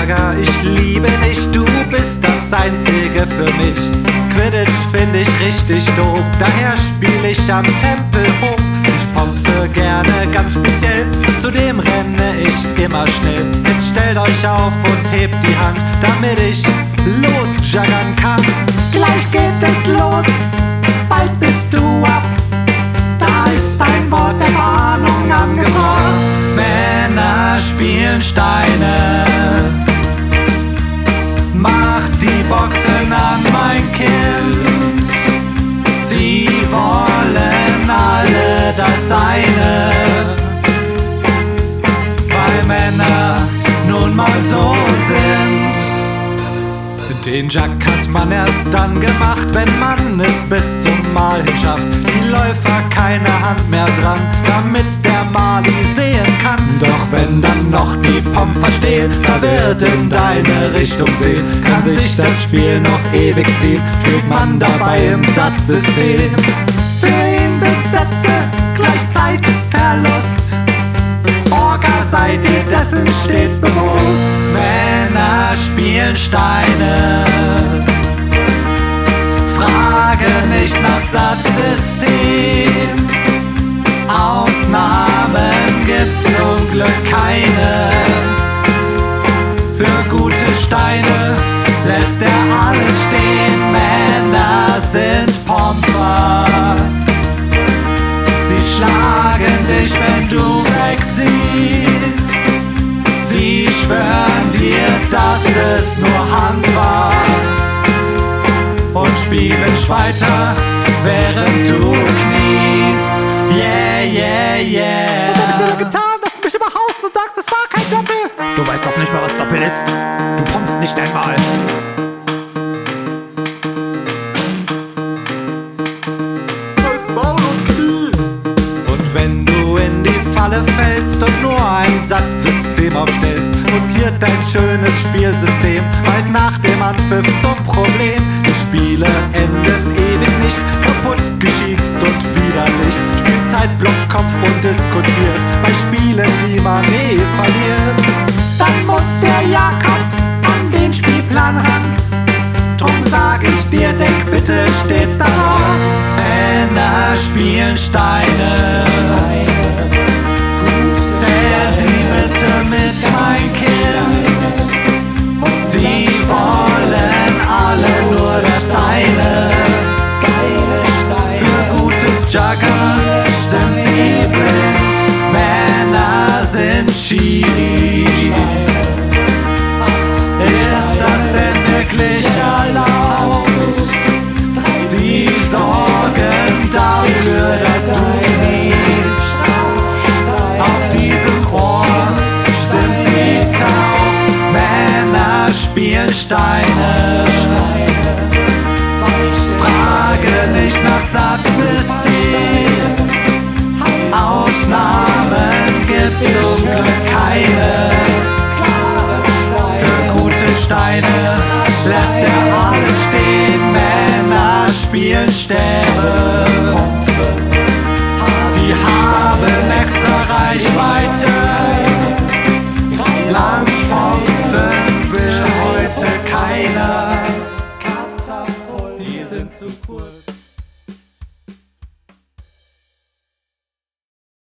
Jagger, ich liebe dich, du bist das Einzige für mich. Quidditch find ich richtig doof, daher spiel ich am Tempelhof. Ich pompe gerne ganz speziell, zudem renne ich immer schnell. Jetzt stellt euch auf und hebt die Hand, damit ich losjaggern kann. Gleich geht es los, bald bist du ab. Da ist ein Wort der Warnung angebracht. Männer spielen Steine. Mach die Boxen an, mein Kind. Sie wollen alle das eine, weil Männer nun mal so sind. Den Jack hat man erst dann gemacht, wenn man es bis zum Mal hin schafft. Die Läufer keine Hand mehr dran, damit's der Mali sehen kann. Doch wenn dann noch die Pomp verstehen, verwirrt in deine Richtung sehen, kann sich das Spiel noch ewig ziehen, spielt man dabei im Satzsystem. Für ihn sind Sätze gleich Zeitverlust. Orga, seid ihr dessen stets bewusst. Männer spielen Steine. Frage nicht nach Satzsystem. Ausnahmen gibt's zum Glück keine. Für gute Steine lässt er alles stehen. Männer sind Pomper. Sie schlagen dich, wenn du wegsiehst. Sie schwören dir, dass es nur Hand war und spielen weiter, während du kniest. Yeah, yeah, yeah. Was hab ich dir getan, dass du mich überhaust und sagst, es war kein Doppel? Du weißt doch nicht mehr, was Doppel ist. Du pompst nicht einmal. Wenn du in die Falle fällst und nur ein Satzsystem aufstellst, mutiert dein schönes Spielsystem bald nach dem Anpfiff zum Problem. Die Spiele enden ewig nicht, kaputt, geschickst und widerlich. Spielzeit blockt Kopf und diskutiert bei Spielen, die man verliert. Dann muss der Jakob an den Spielplan ran. Drum sag ich dir, denk bitte stets daran. Männer spielen Steine. Zähl sie bitte mit, mein Kind. Sie wollen alle nur das eine. Für gutes Jugger sind sie blind. Männer sind Schiris. Ist das denn wirklich erlaubt? Sie sorgen dafür, dass du kniest. Auf diesem Ohr sind sie taub. Männer spielen Steine. Frage nicht nach Satzsystem. Ausnahmen gibt's zum Glück keine. Für gute Steine lässt er alles stehen. Männer spielen Stäbe. Die haben extra Reichweite. Langpompen will heute keiner. Die sind zu kurz.